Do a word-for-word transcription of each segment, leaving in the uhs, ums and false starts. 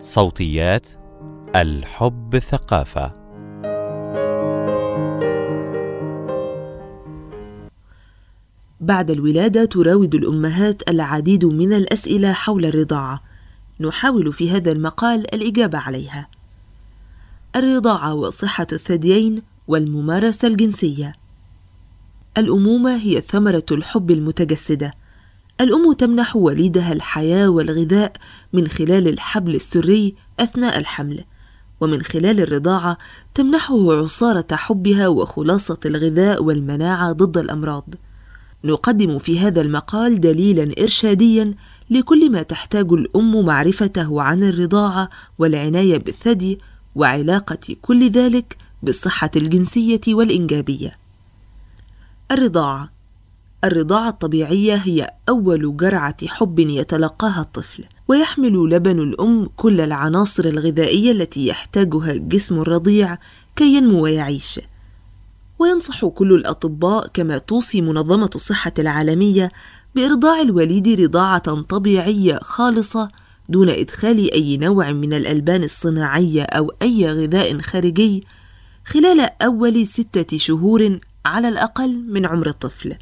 صوتيات الحب ثقافة. بعد الولادة تراود الأمهات العديد من الأسئلة حول الرضاعة، نحاول في هذا المقال الإجابة عليها. الرضاعة وصحة الثديين والممارسة الجنسية. الأمومة هي ثمرة الحب المتجسدة. الأم تمنح وليدها الحياة والغذاء من خلال الحبل السري أثناء الحمل، ومن خلال الرضاعة تمنحه عصارة حبها وخلاصة الغذاء والمناعة ضد الأمراض. نقدم في هذا المقال دليلاً إرشادياً لكل ما تحتاج الأم معرفته عن الرضاعة والعناية بالثدي، وعلاقة كل ذلك بالصحة الجنسية والإنجابية. الرضاعة. الرضاعة الطبيعية هي أول جرعة حب يتلقاها الطفل، ويحمل لبن الأم كل العناصر الغذائية التي يحتاجها جسم الرضيع كي ينمو ويعيش. وينصح كل الأطباء كما توصي منظمة الصحة العالمية بإرضاع الوليد رضاعة طبيعية خالصة دون إدخال أي نوع من الألبان الصناعية أو أي غذاء خارجي خلال أول ستة شهور على الأقل من عمر الطفل.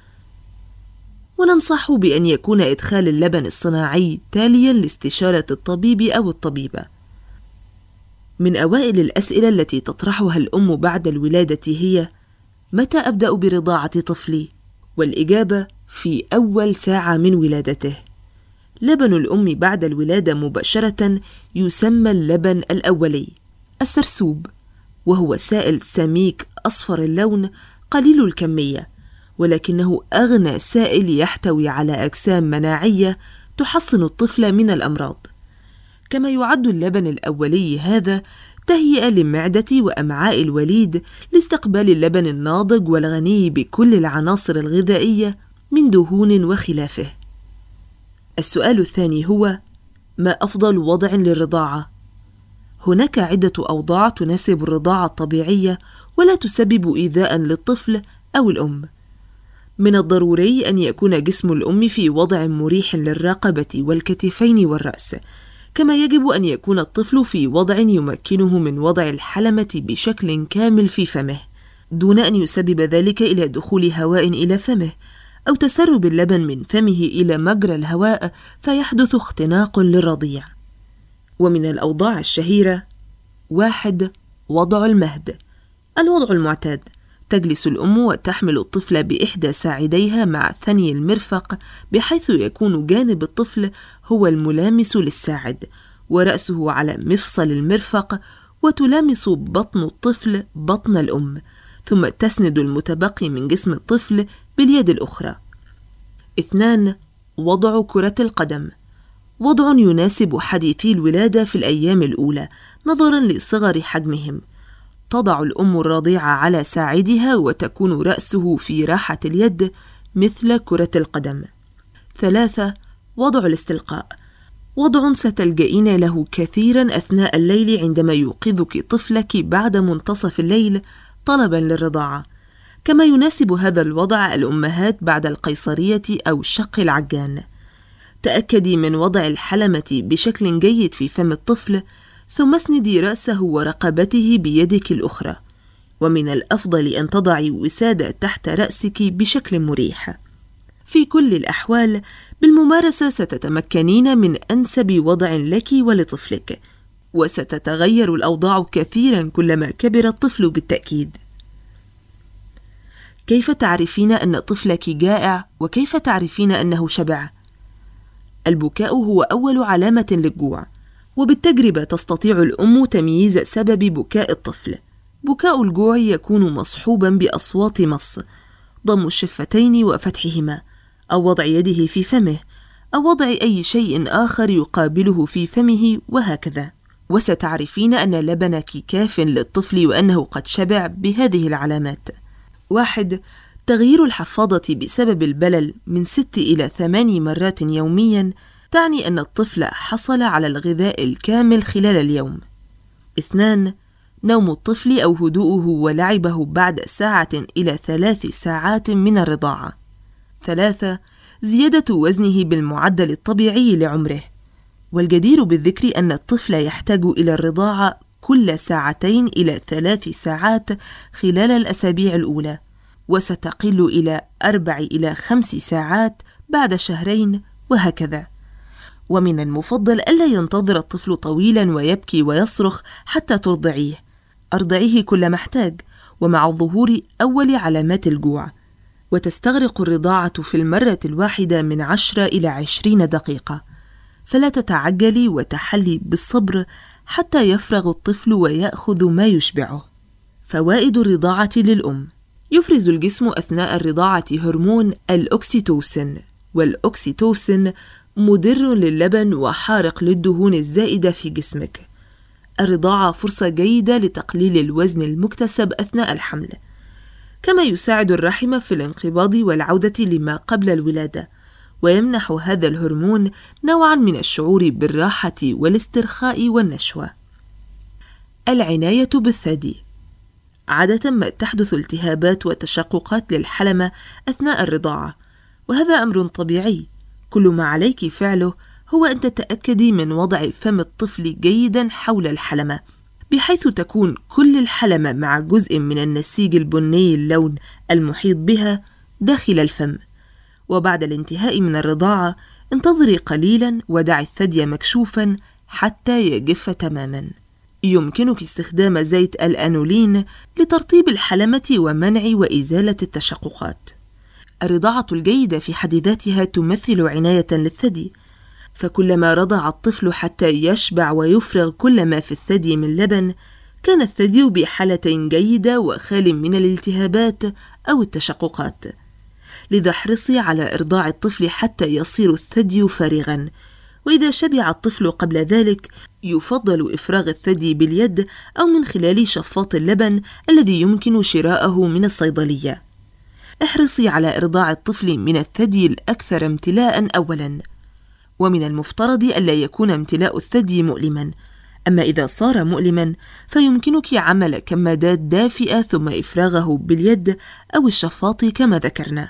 وننصح بأن يكون إدخال اللبن الصناعي تالياً لاستشارة الطبيب أو الطبيبة. من أوائل الأسئلة التي تطرحها الأم بعد الولادة هي: متى أبدأ برضاعة طفلي؟ والإجابة: في أول ساعة من ولادته. لبن الأم بعد الولادة مباشرة يسمى اللبن الأولي السرسوب، وهو سائل سميك أصفر اللون قليل الكمية، ولكنه أغنى سائل يحتوي على أجسام مناعية تحصن الطفل من الأمراض. كما يعد اللبن الأولي هذا تهيئة لمعدة وأمعاء الوليد لاستقبال اللبن الناضج والغني بكل العناصر الغذائية من دهون وخلافه. السؤال الثاني هو: ما أفضل وضع للرضاعة؟ هناك عدة أوضاع تناسب الرضاعة الطبيعية ولا تسبب إيذاء للطفل أو الأم. من الضروري أن يكون جسم الأم في وضع مريح للرقبة والكتفين والرأس، كما يجب أن يكون الطفل في وضع يمكنه من وضع الحلمة بشكل كامل في فمه، دون أن يسبب ذلك إلى دخول هواء إلى فمه أو تسرب اللبن من فمه إلى مجرى الهواء فيحدث اختناق للرضيع. ومن الأوضاع الشهيرة: واحد. وضع المهد. الوضع المعتاد: تجلس الأم وتحمل الطفل بإحدى ساعديها مع ثني المرفق، بحيث يكون جانب الطفل هو الملامس للساعد ورأسه على مفصل المرفق، وتلامس بطن الطفل بطن الأم، ثم تسند المتبقي من جسم الطفل باليد الأخرى. اثنان. وضع كرة القدم. وضع يناسب حديثي الولادة في الأيام الأولى نظراً لصغر حجمهم. تضع الأم الرضيعة على ساعدها وتكون رأسه في راحة اليد مثل كرة القدم. ثلاثة. وضع الاستلقاء. وضع ستلجئين له كثيراً أثناء الليل عندما يوقظك طفلك بعد منتصف الليل طلباً للرضاعة. كما يناسب هذا الوضع الأمهات بعد القيصرية أو شق العجان. تأكدي من وضع الحلمة بشكل جيد في فم الطفل، ثم اسندي رأسه ورقبته بيدك الأخرى، ومن الأفضل أن تضعي وسادة تحت رأسك بشكل مريح. في كل الأحوال بالممارسة ستتمكنين من أنسب وضع لك ولطفلك، وستتغير الأوضاع كثيرا كلما كبر الطفل بالتأكيد. كيف تعرفين أن طفلك جائع وكيف تعرفين أنه شبع؟ البكاء هو أول علامة للجوع، وبالتجربة تستطيع الأم تمييز سبب بكاء الطفل. بكاء الجوع يكون مصحوبا بأصوات مص، ضم الشفتين وفتحهما، أو وضع يده في فمه، أو وضع أي شيء آخر يقابله في فمه، وهكذا. وستعرفين أن لبنك كاف للطفل وأنه قد شبع بهذه العلامات. واحد. تغيير الحفاضة بسبب البلل من ست إلى ثماني مرات يومياً تعني أن الطفل حصل على الغذاء الكامل خلال اليوم. اثنان. نوم الطفل أو هدوءه ولعبه بعد ساعة إلى ثلاث ساعات من الرضاعة. ثلاثة. زيادة وزنه بالمعدل الطبيعي لعمره. والجدير بالذكر أن الطفل يحتاج إلى الرضاعة كل ساعتين إلى ثلاث ساعات خلال الأسابيع الأولى، وستقل إلى أربع إلى خمس ساعات بعد شهرين، وهكذا. ومن المفضل ألا ينتظر الطفل طويلا ويبكي ويصرخ حتى ترضعيه. أرضعيه كل ما احتاج ومع ظهور أول علامات الجوع، وتستغرق الرضاعة في المرة الواحدة من عشرة إلى عشرين دقيقة، فلا تتعجلي وتحلي بالصبر حتى يفرغ الطفل ويأخذ ما يشبعه. فوائد الرضاعة للأم: يفرز الجسم أثناء الرضاعة هرمون الأوكسيتوسين، والأوكسيتوسين مضر للبن وحارق للدهون الزائدة في جسمك. الرضاعة فرصة جيدة لتقليل الوزن المكتسب أثناء الحمل، كما يساعد الرحم في الانقباض والعودة لما قبل الولادة، ويمنح هذا الهرمون نوعاً من الشعور بالراحة والاسترخاء والنشوة. العناية بالثدي: عادة ما تحدث التهابات وتشققات للحلمة أثناء الرضاعة، وهذا أمر طبيعي. كل ما عليك فعله هو أن تتأكدي من وضع فم الطفل جيداً حول الحلمة، بحيث تكون كل الحلمة مع جزء من النسيج البني اللون المحيط بها داخل الفم. وبعد الانتهاء من الرضاعة انتظري قليلاً ودعي الثدي مكشوفاً حتى يجف تماماً. يمكنك استخدام زيت الأنولين لترطيب الحلمة ومنع وإزالة التشققات. الرضاعة الجيدة في حد ذاتها تمثل عناية للثدي، فكلما رضع الطفل حتى يشبع ويفرغ كل ما في الثدي من لبن، كان الثدي بحالة جيدة وخال من الالتهابات أو التشققات. لذا احرصي على إرضاع الطفل حتى يصير الثدي فارغاً، وإذا شبع الطفل قبل ذلك يفضل إفراغ الثدي باليد أو من خلال شفاط اللبن الذي يمكن شراءه من الصيدلية. احرصي على إرضاع الطفل من الثدي الأكثر امتلاءً أولاً، ومن المفترض ألا يكون امتلاء الثدي مؤلماً، أما إذا صار مؤلماً فيمكنك عمل كمادات دافئة ثم إفراغه باليد أو الشفاط كما ذكرنا.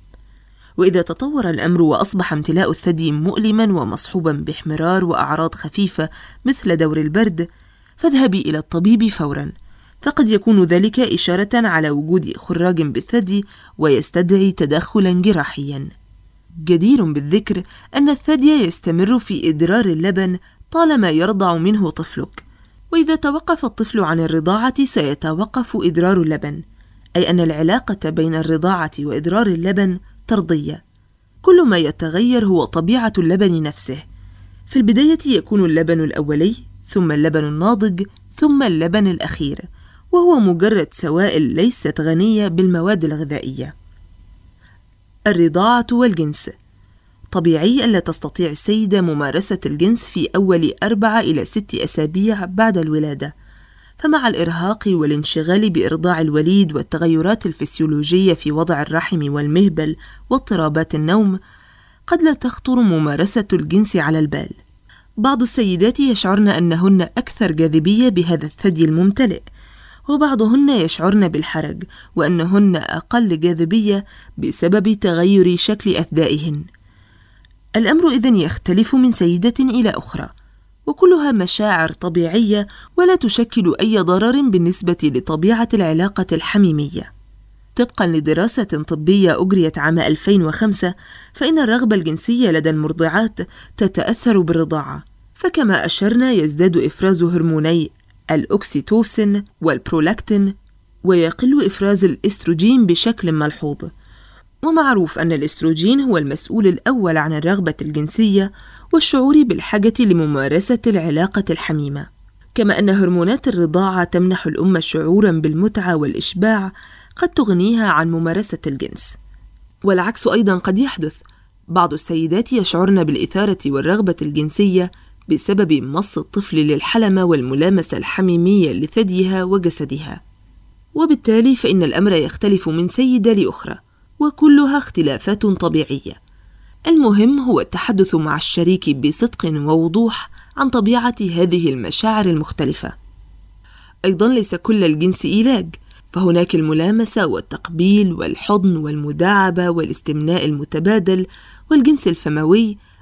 وإذا تطور الأمر وأصبح امتلاء الثدي مؤلماً ومصحوباً باحمرار وأعراض خفيفة مثل دور البرد، فاذهبي إلى الطبيب فوراً، فقد يكون ذلك إشارة على وجود خراج بالثدي ويستدعي تدخلاً جراحياً. جدير بالذكر أن الثدي يستمر في إدرار اللبن طالما يرضع منه طفلك، وإذا توقف الطفل عن الرضاعة سيتوقف إدرار اللبن، أي أن العلاقة بين الرضاعة وإدرار اللبن طردية. كل ما يتغير هو طبيعة اللبن نفسه. في البداية يكون اللبن الأولي، ثم اللبن الناضج، ثم اللبن الأخير، وهو مجرد سوائل ليست غنية بالمواد الغذائية. الرضاعة والجنس: طبيعي ألا تستطيع السيدة ممارسة الجنس في أول أربعة إلى ست أسابيع بعد الولادة، فمع الإرهاق والانشغال بإرضاع الوليد والتغيرات الفسيولوجية في وضع الرحم والمهبل واضطرابات النوم، قد لا تخطر ممارسة الجنس على البال. بعض السيدات يشعرن أنهن أكثر جاذبية بهذا الثدي الممتلئ، وبعضهن يشعرن بالحرج وأنهن أقل جاذبية بسبب تغير شكل أثدائهن. الأمر إذن يختلف من سيدة إلى أخرى، وكلها مشاعر طبيعية ولا تشكل أي ضرر بالنسبة لطبيعة العلاقة الحميمية. طبقاً لدراسة طبية أجريت عام ألفين وخمسة، فإن الرغبة الجنسية لدى المرضعات تتأثر بالرضاعة، فكما أشرنا يزداد إفراز هرموني الأوكسيتوسين والبرولاكتين، ويقل إفراز الإستروجين بشكل ملحوظ. ومعروف أن الإستروجين هو المسؤول الأول عن الرغبة الجنسية والشعور بالحاجة لممارسة العلاقة الحميمة، كما أن هرمونات الرضاعة تمنح الأم شعوراً بالمتعة والإشباع قد تغنيها عن ممارسة الجنس. والعكس أيضاً قد يحدث، بعض السيدات يشعرن بالإثارة والرغبة الجنسية بسبب مص الطفل للحلمة والملامسة الحميمية لثديها وجسدها، وبالتالي فإن الأمر يختلف من سيدة لأخرى، وكلها اختلافات طبيعية. المهم هو التحدث مع الشريك بصدق ووضوح عن طبيعة هذه المشاعر المختلفة. أيضاً ليس كل الجنس علاج، فهناك الملامسة والتقبيل والحضن والمداعبة والاستمناء المتبادل والجنس الفموي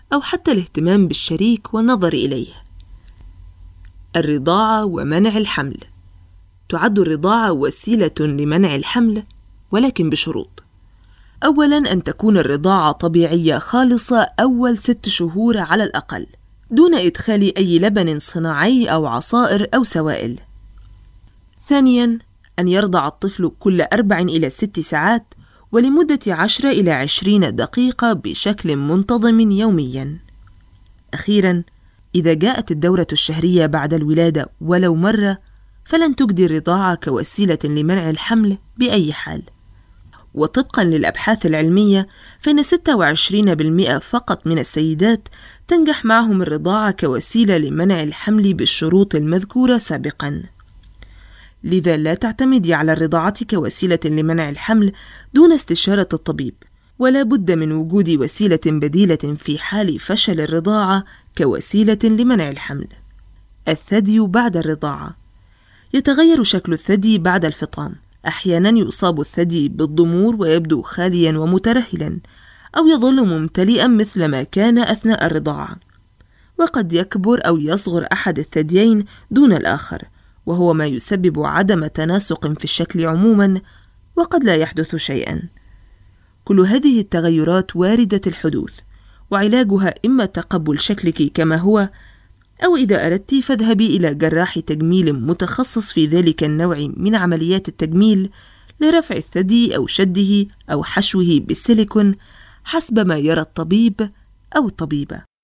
أو حتى الاهتمام بالشريك والنظر إليه. الرضاعة ومنع الحمل. تعد الرضاعة وسيلة لمنع الحمل، ولكن بشروط. أولاً، أن تكون الرضاعة طبيعية خالصة أول ست شهور على الأقل، دون إدخال أي لبن صناعي أو عصائر أو سوائل. ثانياً، أن يرضع الطفل كل أربع إلى ست ساعات ولمدة عشر إلى عشرين دقيقة بشكل منتظم يومياً. أخيراً، إذا جاءت الدورة الشهرية بعد الولادة ولو مرة، فلن تجدي الرضاعة كوسيلة لمنع الحمل بأي حال. وطبقاً للأبحاث العلمية، فإن ستة وعشرين بالمئة فقط من السيدات تنجح معهم الرضاعة كوسيلة لمنع الحمل بالشروط المذكورة سابقاً. لذا لا تعتمدي على الرضاعة كوسيلة لمنع الحمل دون استشارة الطبيب، ولا بد من وجود وسيلة بديلة في حال فشل الرضاعة كوسيلة لمنع الحمل. الثدي بعد الرضاعة. يتغير شكل الثدي بعد الفطام، أحياناً يصاب الثدي بالضمور ويبدو خالياً ومترهلاً، أو يظل ممتلئاً مثلما كان أثناء الرضاعة، وقد يكبر أو يصغر أحد الثديين دون الآخر، وهو ما يسبب عدم تناسق في الشكل عموماً، وقد لا يحدث شيئاً. كل هذه التغيرات واردة الحدوث، وعلاجها إما تقبل شكلك كما هو، أو إذا أردت فاذهبي إلى جراح تجميل متخصص في ذلك النوع من عمليات التجميل لرفع الثدي أو شده أو حشوه بالسيليكون حسب ما يرى الطبيب أو الطبيبة.